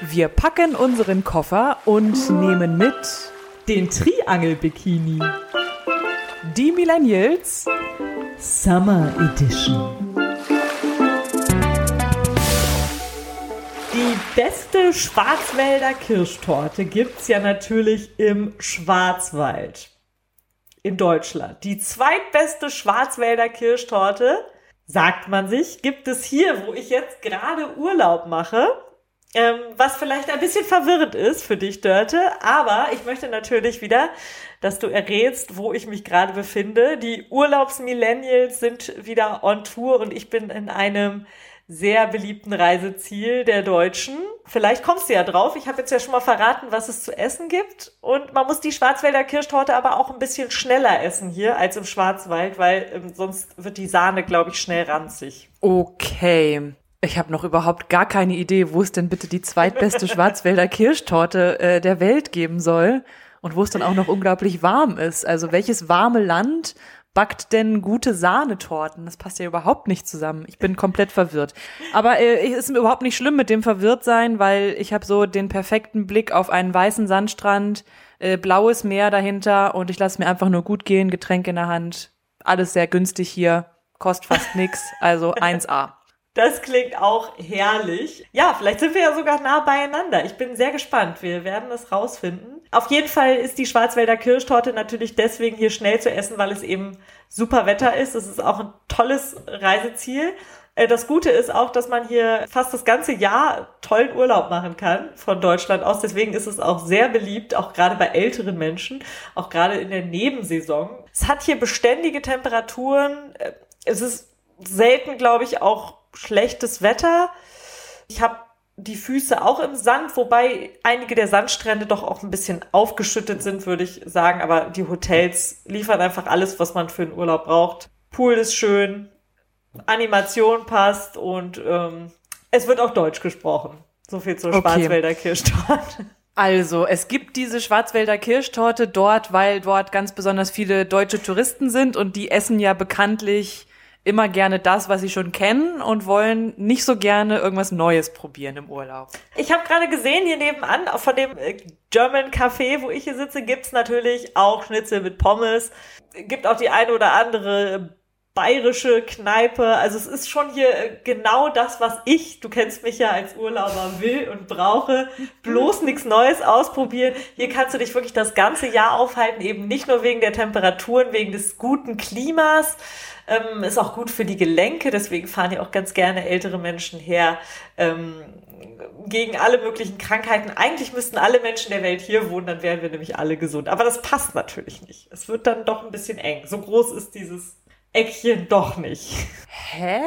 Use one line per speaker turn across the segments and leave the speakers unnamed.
Wir packen unseren Koffer und nehmen mit
den Triangel-Bikini.
Die Millennials
Summer Edition. Die beste Schwarzwälder Kirschtorte gibt's ja natürlich im Schwarzwald in Deutschland. Die zweitbeste Schwarzwälder Kirschtorte, sagt man sich, gibt es hier, wo ich jetzt gerade Urlaub mache. Was vielleicht ein bisschen verwirrend ist für dich, Dörte, aber ich möchte natürlich wieder, dass du errätst, wo ich mich gerade befinde. Die Urlaubsmillennials sind wieder on Tour und ich bin in einem sehr beliebten Reiseziel der Deutschen. Vielleicht kommst du ja drauf. Ich habe jetzt ja schon mal verraten, was es zu essen gibt. Und man muss die Schwarzwälder Kirschtorte aber auch ein bisschen schneller essen hier als im Schwarzwald, weil sonst wird die Sahne, glaube ich, schnell ranzig.
Okay. Ich habe noch überhaupt gar keine Idee, wo es denn bitte die zweitbeste Schwarzwälder Kirschtorte der Welt geben soll und wo es dann auch noch unglaublich warm ist. Also welches warme Land backt denn gute Sahnetorten? Das passt ja überhaupt nicht zusammen. Ich bin komplett verwirrt. Aber es ist überhaupt nicht schlimm mit dem Verwirrtsein, weil ich habe so den perfekten Blick auf einen weißen Sandstrand, blaues Meer dahinter und ich lasse mir einfach nur gut gehen, Getränk in der Hand. Alles sehr günstig hier, kostet fast nix, also 1A.
Das klingt auch herrlich. Ja, vielleicht sind wir ja sogar nah beieinander. Ich bin sehr gespannt. Wir werden es rausfinden. Auf jeden Fall ist die Schwarzwälder Kirschtorte natürlich deswegen hier schnell zu essen, weil es eben super Wetter ist. Es ist auch ein tolles Reiseziel. Das Gute ist auch, dass man hier fast das ganze Jahr tollen Urlaub machen kann von Deutschland aus. Deswegen ist es auch sehr beliebt, auch gerade bei älteren Menschen, auch gerade in der Nebensaison. Es hat hier beständige Temperaturen. Es ist selten, glaube ich, auch schlechtes Wetter. Ich habe die Füße auch im Sand, wobei einige der Sandstrände doch auch ein bisschen aufgeschüttet sind, würde ich sagen. Aber die Hotels liefern einfach alles, was man für einen Urlaub braucht. Pool ist schön, Animation passt und es wird auch Deutsch gesprochen. So viel zur Schwarzwälder Kirschtorte.
Also, es gibt diese Schwarzwälder Kirschtorte dort, weil dort ganz besonders viele deutsche Touristen sind und die essen ja bekanntlich immer gerne das, was sie schon kennen und wollen nicht so gerne irgendwas Neues probieren im Urlaub.
Ich habe gerade gesehen, hier nebenan, von dem German Café, wo ich hier sitze, gibt's natürlich auch Schnitzel mit Pommes. Gibt auch die eine oder andere bayerische Kneipe. Also es ist schon hier genau das, was du kennst mich ja als Urlauber, will und brauche. Bloß nichts Neues ausprobieren. Hier kannst du dich wirklich das ganze Jahr aufhalten, eben nicht nur wegen der Temperaturen, wegen des guten Klimas. Ist auch gut für die Gelenke, deswegen fahren hier auch ganz gerne ältere Menschen her, gegen alle möglichen Krankheiten. Eigentlich müssten alle Menschen der Welt hier wohnen, dann wären wir nämlich alle gesund. Aber das passt natürlich nicht. Es wird dann doch ein bisschen eng. So groß ist dieses Eckchen doch nicht.
Hä?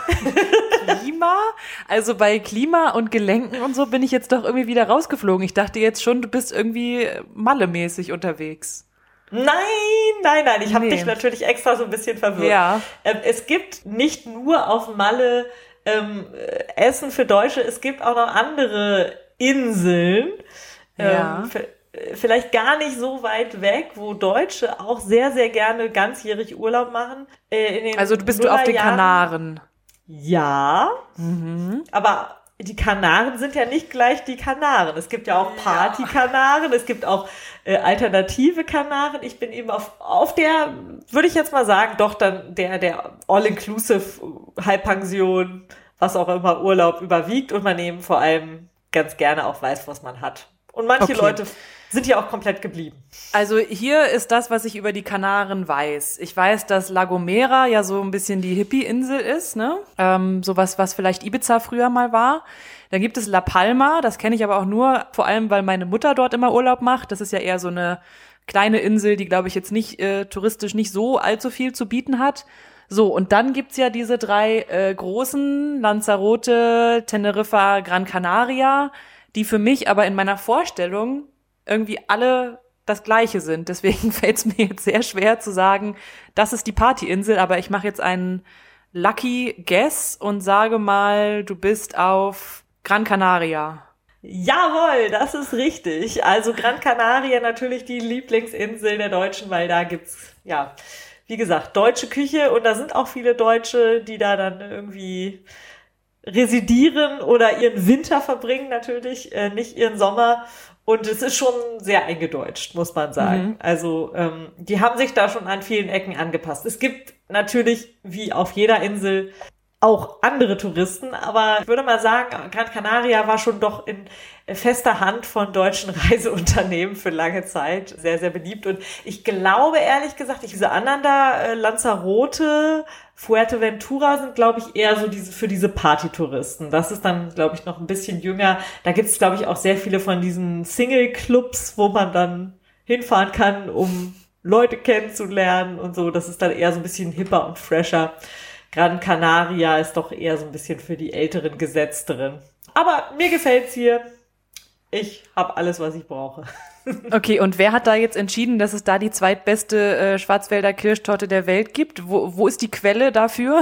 Klima? Also bei Klima und Gelenken und so bin ich jetzt doch irgendwie wieder rausgeflogen. Ich dachte jetzt schon, du bist irgendwie Malle-mäßig unterwegs.
Nein. Ich habe dich natürlich extra so ein bisschen verwirrt.
Ja.
Es gibt nicht nur auf Malle Essen für Deutsche, es gibt auch noch andere Inseln.
Ja.
Vielleicht gar nicht so weit weg, wo Deutsche auch sehr, sehr gerne ganzjährig Urlaub machen.
Also bist du auf den Kanaren?
Ja. Aber die Kanaren sind ja nicht gleich die Kanaren. Es gibt ja auch Party-Kanaren, es gibt auch alternative Kanaren. Ich bin eben auf der, würde ich jetzt mal sagen, doch dann der All-Inclusive Halbpension, was auch immer, Urlaub überwiegt und man eben vor allem ganz gerne auch weiß, was man hat. Und manche Leute sind ja auch komplett geblieben.
Also hier ist das, was ich über die Kanaren weiß. Ich weiß, dass La Gomera ja so ein bisschen die Hippie-Insel ist, ne? Sowas, was vielleicht Ibiza früher mal war. Dann gibt es La Palma, das kenne ich aber auch nur, vor allem, weil meine Mutter dort immer Urlaub macht. Das ist ja eher so eine kleine Insel, die, glaube ich, jetzt nicht touristisch nicht so allzu viel zu bieten hat. So, und dann gibt's ja diese drei großen, Lanzarote, Teneriffa, Gran Canaria, die für mich aber in meiner Vorstellung irgendwie alle das Gleiche sind. Deswegen fällt es mir jetzt sehr schwer zu sagen, das ist die Partyinsel, aber ich mache jetzt einen Lucky Guess und sage mal, du bist auf Gran Canaria.
Jawohl, das ist richtig. Also Gran Canaria natürlich die Lieblingsinsel der Deutschen, weil da gibt's, ja, wie gesagt, deutsche Küche und da sind auch viele Deutsche, die da dann irgendwie residieren oder ihren Winter verbringen natürlich, nicht ihren Sommer. Und es ist schon sehr eingedeutscht, muss man sagen. Also die haben sich da schon an vielen Ecken angepasst. Es gibt natürlich, wie auf jeder Insel, auch andere Touristen, aber ich würde mal sagen, Gran Canaria war schon doch in fester Hand von deutschen Reiseunternehmen für lange Zeit sehr, sehr beliebt. Und ich glaube, ehrlich gesagt, diese anderen da, Lanzarote, Fuerteventura sind, glaube ich, eher so für diese Partytouristen. Das ist dann, glaube ich, noch ein bisschen jünger. Da gibt es, glaube ich, auch sehr viele von diesen Single-Clubs, wo man dann hinfahren kann, um Leute kennenzulernen und so. Das ist dann eher so ein bisschen hipper und fresher. Gran Canaria ist doch eher so ein bisschen für die älteren Gesetzteren. Aber mir gefällt's hier. Ich habe alles, was ich brauche.
Okay, und wer hat da jetzt entschieden, dass es da die zweitbeste Schwarzwälder Kirschtorte der Welt gibt? Wo ist die Quelle dafür?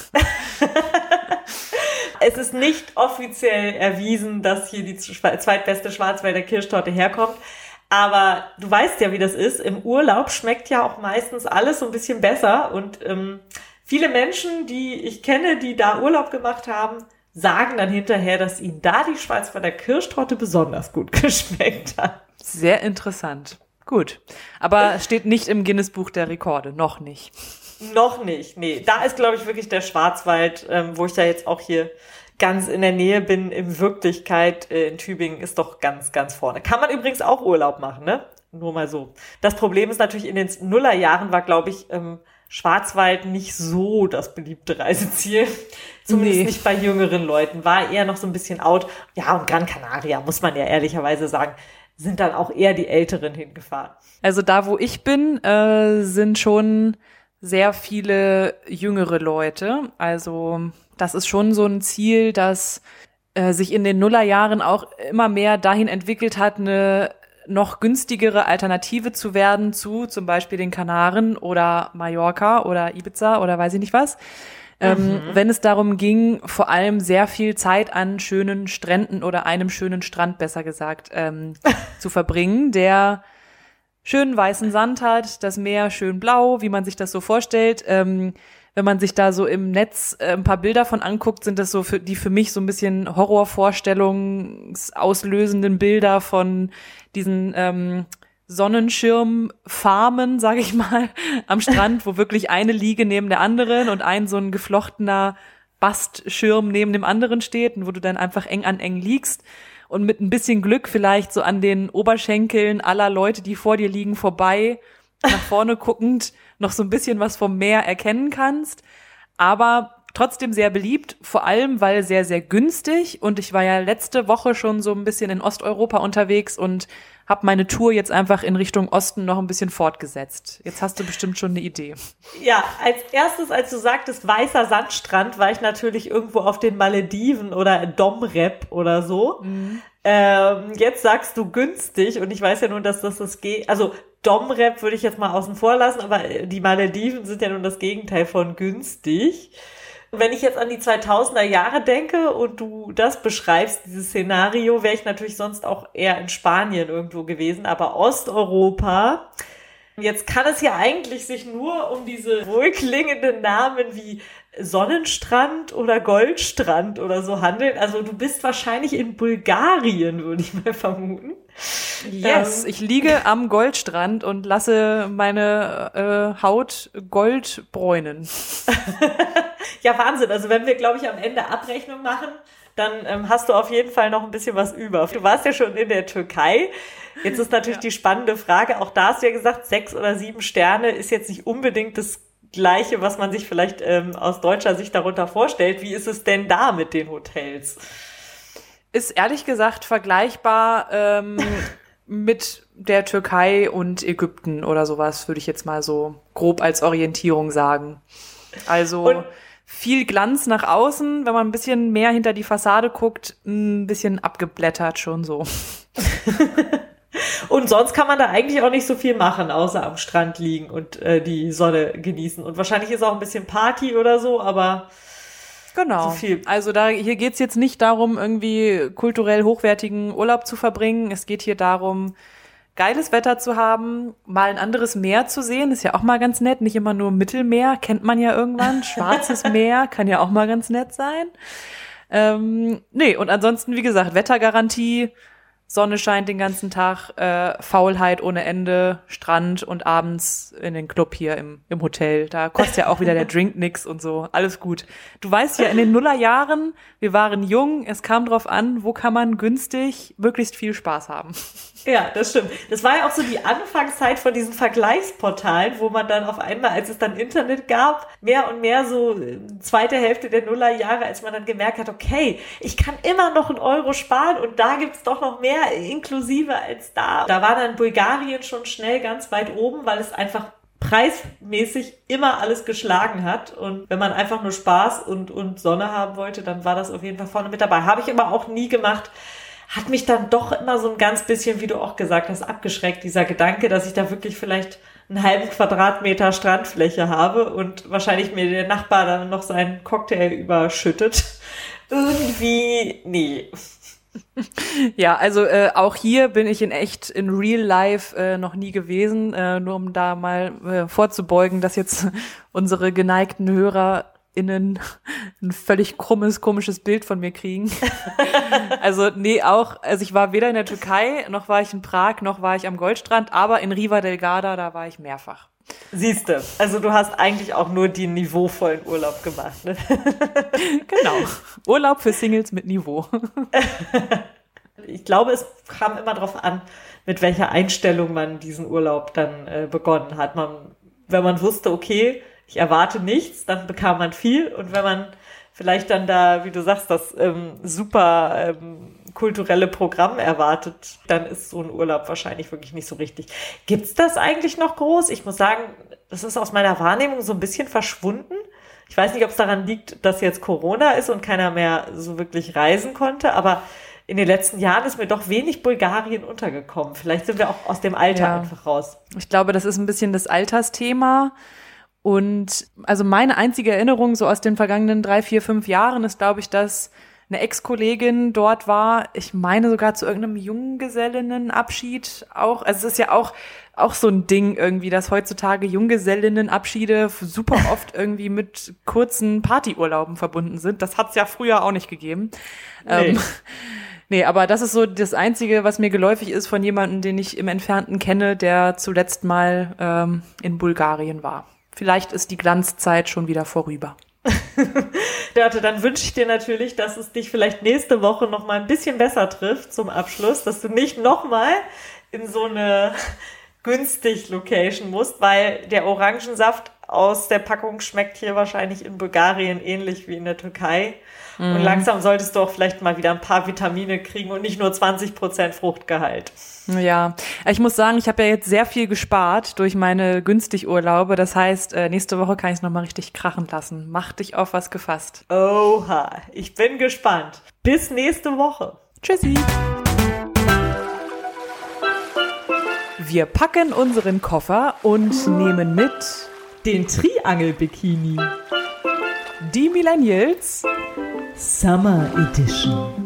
Es ist nicht offiziell erwiesen, dass hier die zweitbeste Schwarzwälder Kirschtorte herkommt. Aber du weißt ja, wie das ist. Im Urlaub schmeckt ja auch meistens alles so ein bisschen besser. Und viele Menschen, die ich kenne, die da Urlaub gemacht haben, sagen dann hinterher, dass ihnen da die Schwarzwälder Kirschtorte besonders gut geschmeckt hat.
Sehr interessant. Gut. Aber steht nicht im Guinness-Buch der Rekorde. Noch nicht.
Noch nicht, nee. Da ist, glaube ich, wirklich der Schwarzwald, wo ich ja jetzt auch hier ganz in der Nähe bin. In Wirklichkeit in Tübingen ist doch ganz, ganz vorne. Kann man übrigens auch Urlaub machen, ne? Nur mal so. Das Problem ist natürlich, in den Nullerjahren war, glaube ich, Schwarzwald nicht so das beliebte Reiseziel. Zumindest nicht bei jüngeren Leuten. War eher noch so ein bisschen out. Ja, und Gran Canaria, muss man ja ehrlicherweise sagen, sind dann auch eher die Älteren hingefahren.
Also da, wo ich bin, sind schon sehr viele jüngere Leute. Also das ist schon so ein Ziel, das sich in den Nullerjahren auch immer mehr dahin entwickelt hat, eine noch günstigere Alternative zu werden zu zum Beispiel den Kanaren oder Mallorca oder Ibiza oder weiß ich nicht was. Wenn es darum ging, vor allem sehr viel Zeit an schönen Stränden oder einem schönen Strand, besser gesagt, zu verbringen, der schönen weißen Sand hat, das Meer schön blau, wie man sich das so vorstellt. Wenn man sich da so im Netz ein paar Bilder von anguckt, sind das so die für mich so ein bisschen horrorvorstellungsauslösenden Bilder von diesen Sonnenschirmfarmen, sage ich mal, am Strand, wo wirklich eine Liege neben der anderen und ein so ein geflochtener Bastschirm neben dem anderen steht und wo du dann einfach eng an eng liegst und mit ein bisschen Glück vielleicht so an den Oberschenkeln aller Leute, die vor dir liegen, vorbei, nach vorne guckend, noch so ein bisschen was vom Meer erkennen kannst. Aber trotzdem sehr beliebt, vor allem, weil sehr, sehr günstig. Und ich war ja letzte Woche schon so ein bisschen in Osteuropa unterwegs und habe meine Tour jetzt einfach in Richtung Osten noch ein bisschen fortgesetzt. Jetzt hast du bestimmt schon eine Idee.
Ja, als erstes, als du sagtest, weißer Sandstrand, war ich natürlich irgendwo auf den Malediven oder Dom Rep oder so. Jetzt sagst du günstig und ich weiß ja nur, dass das geht. Also Dom Rep würde ich jetzt mal außen vor lassen, aber die Malediven sind ja nun das Gegenteil von günstig. Wenn ich jetzt an die 2000er Jahre denke und du das beschreibst, dieses Szenario, wäre ich natürlich sonst auch eher in Spanien irgendwo gewesen, aber Osteuropa. Jetzt kann es ja eigentlich sich nur um diese wohlklingenden Namen wie Sonnenstrand oder Goldstrand oder so handeln. Also du bist wahrscheinlich in Bulgarien, würde ich mal vermuten.
Yes, ich liege am Goldstrand und lasse meine Haut Gold bräunen.
Ja, Wahnsinn. Also wenn wir, glaube ich, am Ende Abrechnung machen, dann hast du auf jeden Fall noch ein bisschen was über. Du warst ja schon in der Türkei. Jetzt ist natürlich die spannende Frage, auch da hast du ja gesagt, 6 oder 7 Sterne ist jetzt nicht unbedingt das Gleiche, was man sich vielleicht aus deutscher Sicht darunter vorstellt. Wie ist es denn da mit den Hotels?
Ist ehrlich gesagt vergleichbar mit der Türkei und Ägypten oder sowas, würde ich jetzt mal so grob als Orientierung sagen. Also viel Glanz nach außen, wenn man ein bisschen mehr hinter die Fassade guckt, ein bisschen abgeblättert schon so.
Und sonst kann man da eigentlich auch nicht so viel machen, außer am Strand liegen und die Sonne genießen. Und wahrscheinlich ist auch ein bisschen Party oder so, aber
genau.
So viel.
Also hier geht's jetzt nicht darum, irgendwie kulturell hochwertigen Urlaub zu verbringen. Es geht hier darum, geiles Wetter zu haben, mal ein anderes Meer zu sehen, ist ja auch mal ganz nett. Nicht immer nur Mittelmeer, kennt man ja irgendwann. Schwarzes Meer kann ja auch mal ganz nett sein. Nee, und ansonsten, wie gesagt, Wettergarantie, Sonne scheint den ganzen Tag, Faulheit ohne Ende, Strand und abends in den Club hier im Hotel. Da kostet ja auch wieder der Drink nix und so. Alles gut. Du weißt ja, in den Nullerjahren, wir waren jung, es kam drauf an, wo kann man günstig möglichst viel Spaß haben.
Ja, das stimmt. Das war ja auch so die Anfangszeit von diesen Vergleichsportalen, wo man dann auf einmal, als es dann Internet gab, mehr und mehr so zweite Hälfte der Nullerjahre, als man dann gemerkt hat, okay, ich kann immer noch 1 Euro sparen und da gibt's doch noch mehr inklusive als da. Da war dann Bulgarien schon schnell ganz weit oben, weil es einfach preismäßig immer alles geschlagen hat. Und wenn man einfach nur Spaß und Sonne haben wollte, dann war das auf jeden Fall vorne mit dabei. Habe ich aber auch nie gemacht. Hat mich dann doch immer so ein ganz bisschen, wie du auch gesagt hast, abgeschreckt, dieser Gedanke, dass ich da wirklich vielleicht einen halben Quadratmeter Strandfläche habe und wahrscheinlich mir der Nachbar dann noch seinen Cocktail überschüttet. Irgendwie, nee.
Ja, also auch hier bin ich in Real Life noch nie gewesen, nur um da mal vorzubeugen, dass jetzt unsere geneigten HörerInnen ein völlig komisches Bild von mir kriegen. Also ich war weder in der Türkei, noch war ich in Prag, noch war ich am Goldstrand, aber in Riva del Garda, da war ich mehrfach.
Siehste, also du hast eigentlich auch nur den niveauvollen Urlaub gemacht, ne?
Genau, Urlaub für Singles mit Niveau.
Ich glaube, es kam immer darauf an, mit welcher Einstellung man diesen Urlaub dann begonnen hat. Wenn man wusste, okay, ich erwarte nichts, dann bekam man viel. Und wenn man vielleicht dann da, wie du sagst, das super kulturelle Programm erwartet, dann ist so ein Urlaub wahrscheinlich wirklich nicht so richtig. Gibt's das eigentlich noch groß? Ich muss sagen, das ist aus meiner Wahrnehmung so ein bisschen verschwunden. Ich weiß nicht, ob es daran liegt, dass jetzt Corona ist und keiner mehr so wirklich reisen konnte, aber in den letzten Jahren ist mir doch wenig Bulgarien untergekommen. Vielleicht sind wir auch aus dem Alter einfach raus.
Ich glaube, das ist ein bisschen das Altersthema. Und also meine einzige Erinnerung so aus den vergangenen 3, 4, 5 Jahren ist, glaube ich, dass eine Ex-Kollegin dort war. Ich meine sogar zu irgendeinem Junggesellinnenabschied auch. Also es ist ja auch so ein Ding irgendwie, dass heutzutage Junggesellinnenabschiede super oft irgendwie mit kurzen Partyurlauben verbunden sind. Das hat's ja früher auch nicht gegeben.
Nee.
Nee, aber das ist so das Einzige, was mir geläufig ist von jemandem, den ich im Entfernten kenne, der zuletzt mal in Bulgarien war. Vielleicht ist die Glanzzeit schon wieder vorüber.
Dörte, dann wünsche ich dir natürlich, dass es dich vielleicht nächste Woche noch mal ein bisschen besser trifft zum Abschluss, dass du nicht noch mal in so eine günstig Location musst, weil der Orangensaft aus der Packung schmeckt hier wahrscheinlich in Bulgarien ähnlich wie in der Türkei. Und langsam solltest du auch vielleicht mal wieder ein paar Vitamine kriegen und nicht nur 20% Fruchtgehalt.
Ja, ich muss sagen, ich habe ja jetzt sehr viel gespart durch meine Günstigurlaube. Das heißt, nächste Woche kann ich es nochmal richtig krachen lassen. Mach dich auf was gefasst.
Oha, ich bin gespannt. Bis nächste Woche.
Tschüssi. Wir packen unseren Koffer und nehmen mit
den Triangel-Bikini.
Die Millennials
Summer Edition.